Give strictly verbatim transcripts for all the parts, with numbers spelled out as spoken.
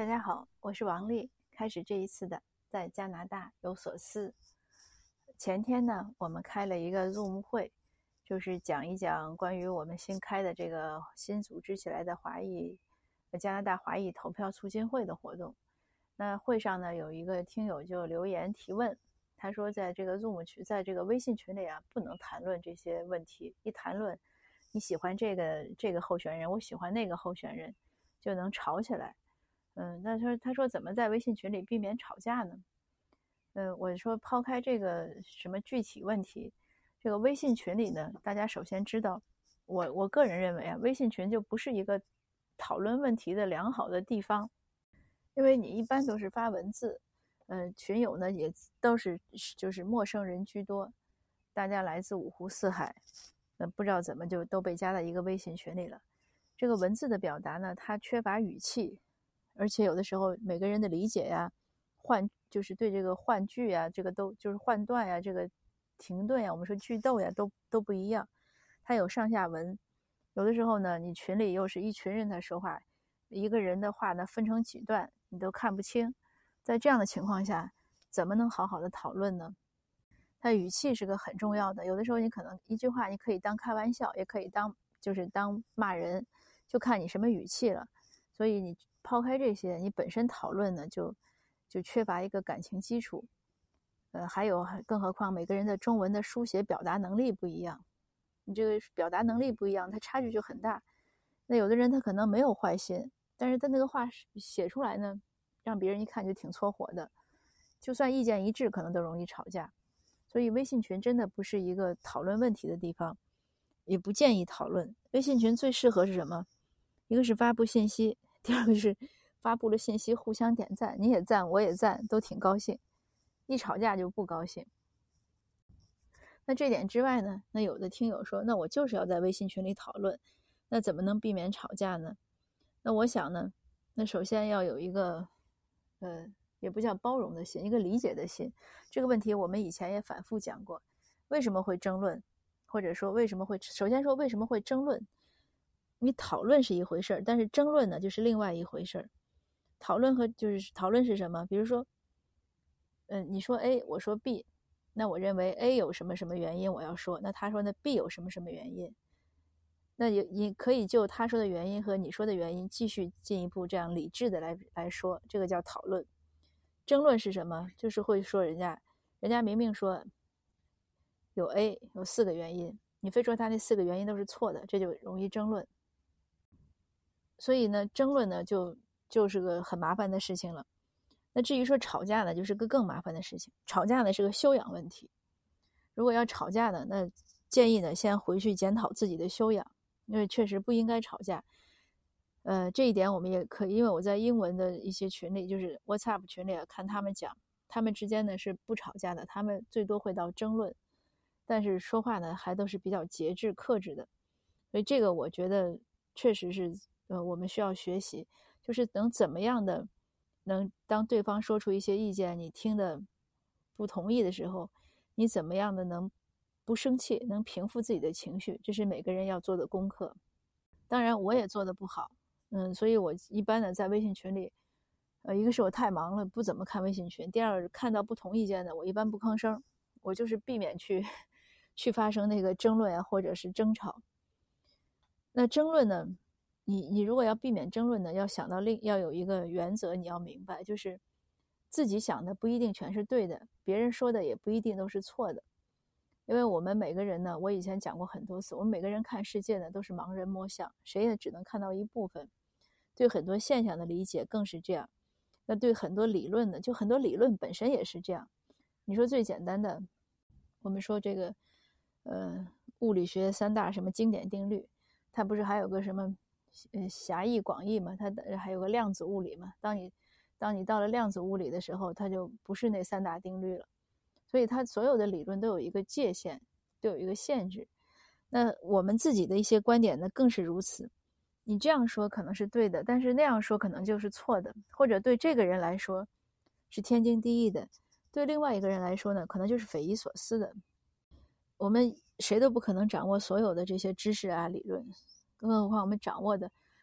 大家好，我是王丽，开始这一次的在加拿大有所思。前天呢，我们开了一个 Zoom 会，就是讲一讲关于我们新开的这个新组织起来的华裔加拿大华裔投票促进会的活动。那会上呢，有一个听友就留言提问，他说在这个 Zoom 群，在这个微信群里啊，不能谈论这些问题，一谈论你喜欢这个这个候选人，我喜欢那个候选人，就能吵起来。嗯，那他说他说怎么在微信群里避免吵架呢？嗯，我说抛开这个什么具体问题，这个微信群里呢，大家首先知道，我我个人认为啊，微信群就不是一个讨论问题的良好的地方，因为你一般都是发文字，嗯，群友呢也都是就是陌生人居多，大家来自五湖四海，那不知道怎么就都被加到一个微信群里了。这个文字的表达呢，它缺乏语气。而且有的时候每个人的理解呀，换就是对这个换句呀，这个都就是换段呀，这个停顿呀，我们说句逗呀，都都不一样。它有上下文，有的时候呢，你群里又是一群人在说话，一个人的话呢分成几段，你都看不清。在这样的情况下，怎么能好好的讨论呢？它语气是个很重要的。有的时候你可能一句话你可以当开玩笑，也可以当就是当骂人，就看你什么语气了。所以你抛开这些，你本身讨论呢就就缺乏一个感情基础。呃，还有更何况每个人的中文的书写表达能力不一样，你这个表达能力不一样，它差距就很大。那有的人他可能没有坏心，但是他那个话写出来呢，让别人一看就挺搓火的，就算意见一致，可能都容易吵架。所以微信群真的不是一个讨论问题的地方，也不建议讨论。微信群最适合是什么？一个是发布信息，第二个是发布了信息互相点赞，你也赞我也赞，都挺高兴。一吵架就不高兴。那这点之外呢，那有的听友说，那我就是要在微信群里讨论，那怎么能避免吵架呢？那我想呢，那首先要有一个呃也不叫包容的心，一个理解的心。这个问题我们以前也反复讲过，为什么会争论，或者说为什么会首先说为什么会争论。你讨论是一回事儿，但是争论呢就是另外一回事儿。讨论和就是讨论是什么？比如说，嗯，你说 A， 我说 B， 那我认为 A 有什么什么原因我要说，那他说那 B 有什么什么原因，那你你可以就他说的原因和你说的原因继续进一步这样理智的来来说，这个叫讨论。争论是什么？就是会说人家，人家明明说有 A 有四个原因，你非说他那四个原因都是错的，这就容易争论。所以呢，争论呢就就是个很麻烦的事情了。那至于说吵架呢，就是个更麻烦的事情。吵架呢是个修养问题。如果要吵架呢，那建议呢先回去检讨自己的修养，因为确实不应该吵架。呃，这一点我们也可以，因为我在英文的一些群里，就是 WhatsApp 群里看他们讲，他们之间呢是不吵架的，他们最多会到争论，但是说话呢还都是比较节制克制的。所以这个我觉得确实是呃我们需要学习，就是能怎么样的能当对方说出一些意见你听的不同意的时候，你怎么样的能不生气，能平复自己的情绪，这是每个人要做的功课。当然我也做的不好，嗯，所以我一般的在微信群里，呃，一个是我太忙了不怎么看微信群，第二看到不同意见的我一般不吭声，我就是避免去去发生那个争论啊或者是争吵。那争论呢，你你如果要避免争论呢，要想到另要有一个原则，你要明白，就是自己想的不一定全是对的，别人说的也不一定都是错的。因为我们每个人呢，我以前讲过很多次，我们每个人看世界呢都是盲人摸象，谁也只能看到一部分。对很多现象的理解更是这样。那对很多理论呢，就很多理论本身也是这样。你说最简单的，我们说这个呃物理学三大什么经典定律，它不是还有个什么呃狭义广义嘛，它还有个量子物理嘛。当你当你到了量子物理的时候，它就不是那三大定律了。所以它所有的理论都有一个界限，都有一个限制。那我们自己的一些观点呢更是如此。你这样说可能是对的，但是那样说可能就是错的，或者对这个人来说是天经地义的，对另外一个人来说呢可能就是匪夷所思的。我们谁都不可能掌握所有的这些知识啊理论，更何况我们掌握的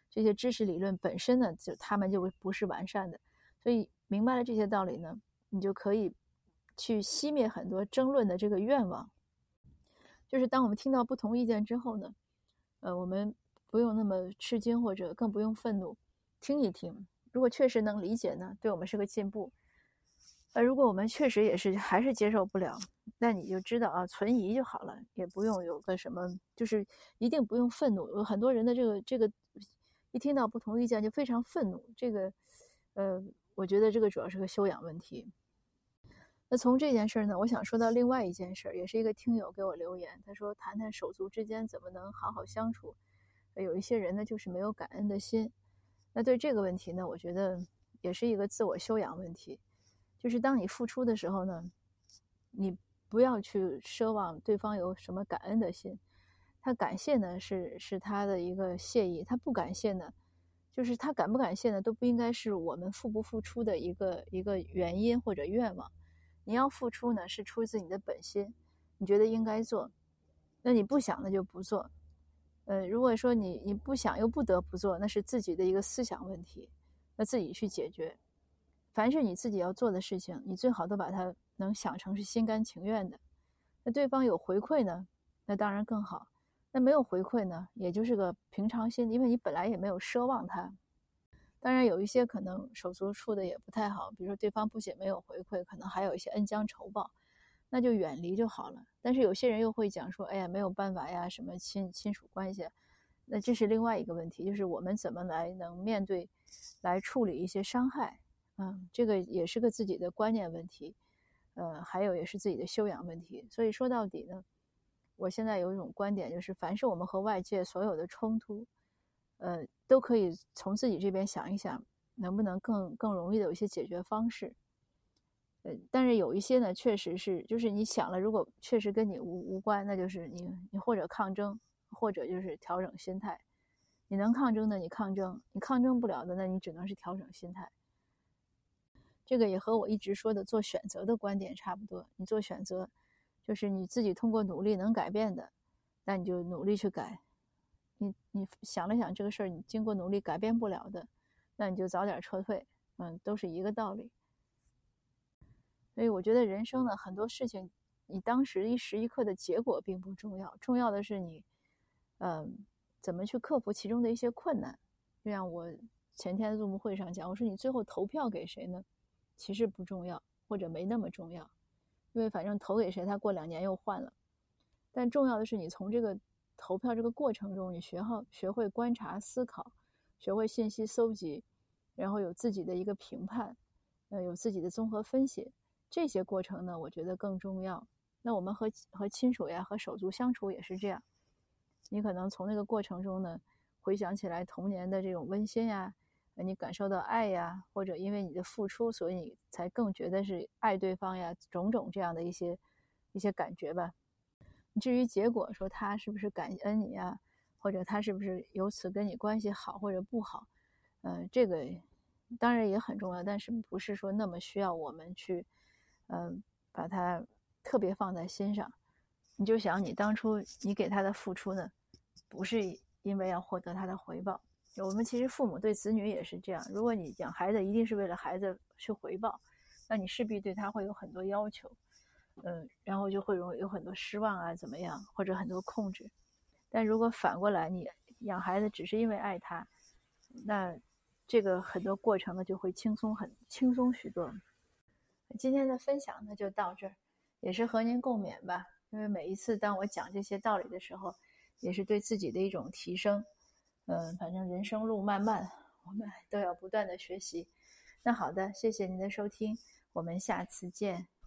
这些知识理论本身呢，就他们就不是完善的。所以明白了这些道理呢，你就可以去熄灭很多争论的这个愿望。就是当我们听到不同意见之后呢，呃，我们不用那么吃惊，或者更不用愤怒，听一听。如果确实能理解呢，对我们是个进步。呃，如果我们确实也是还是接受不了，那你就知道啊，存疑就好了，也不用有个什么，就是一定不用愤怒。有很多人的这个这个，一听到不同意见就非常愤怒，这个，呃，我觉得这个主要是个修养问题。那从这件事呢，我想说到另外一件事，也是一个听友给我留言，他说谈谈手足之间怎么能好好相处。有一些人呢，就是没有感恩的心。那对这个问题呢，我觉得也是一个自我修养问题。就是当你付出的时候呢，你不要去奢望对方有什么感恩的心。他感谢呢，是是他的一个谢意；他不感谢呢，就是他感不感谢呢，都不应该是我们付不付出的一个一个原因或者愿望。你要付出呢，是出自你的本心，你觉得应该做，那你不想那就不做。呃，如果说你你不想又不得不做，那是自己的一个思想问题，那自己去解决。凡是你自己要做的事情，你最好都把它能想成是心甘情愿的。那对方有回馈呢，那当然更好。那没有回馈呢，也就是个平常心，因为你本来也没有奢望他。当然有一些可能手足处的也不太好，比如说对方不仅没有回馈，可能还有一些恩将仇报，那就远离就好了。但是有些人又会讲说，哎呀，没有办法呀，什么亲亲属关系，那这是另外一个问题，就是我们怎么来能面对，来处理一些伤害。嗯，这个也是个自己的观念问题，呃，还有也是自己的修养问题。所以说到底呢，我现在有一种观点，就是凡是我们和外界所有的冲突，呃，都可以从自己这边想一想，能不能更更容易的有一些解决方式。呃，但是有一些呢，确实是，就是你想了，如果确实跟你无无关，那就是你你或者抗争，或者就是调整心态。你能抗争的你抗争，你抗争不了的，那你只能是调整心态。这个也和我一直说的做选择的观点差不多。你做选择，就是你自己通过努力能改变的，那你就努力去改。你你想了想这个事儿，你经过努力改变不了的，那你就早点撤退。嗯，都是一个道理。所以我觉得人生呢，很多事情，你当时一时一刻的结果并不重要，重要的是你，嗯，怎么去克服其中的一些困难。就像我前天的 Zoom 会上讲，我说你最后投票给谁呢？其实不重要，或者没那么重要，因为反正投给谁，他过两年又换了。但重要的是，你从这个投票这个过程中，你学好学会观察、思考，学会信息搜集，然后有自己的一个评判，呃，有自己的综合分析。这些过程呢，我觉得更重要。那我们和和亲属呀、和手足相处也是这样。你可能从那个过程中呢，回想起来童年的这种温馨呀。你感受到爱呀，或者因为你的付出，所以你才更觉得是爱对方呀，种种这样的一些一些感觉吧。至于结果，说他是不是感恩你呀，或者他是不是由此跟你关系好或者不好，呃，这个当然也很重要，但是不是说那么需要我们去，呃，把它特别放在心上。你就想你当初你给他的付出呢，不是因为要获得他的回报。我们其实父母对子女也是这样，如果你养孩子一定是为了孩子去回报，那你势必对他会有很多要求，嗯，然后就会容易有很多失望啊，怎么样，或者很多控制。但如果反过来，你养孩子只是因为爱他，那这个很多过程呢就会轻松很轻松许多。今天的分享呢就到这儿，也是和您共勉吧。因为每一次当我讲这些道理的时候，也是对自己的一种提升。嗯，反正人生路漫漫，我们都要不断的学习。那好的，谢谢您的收听，我们下次见。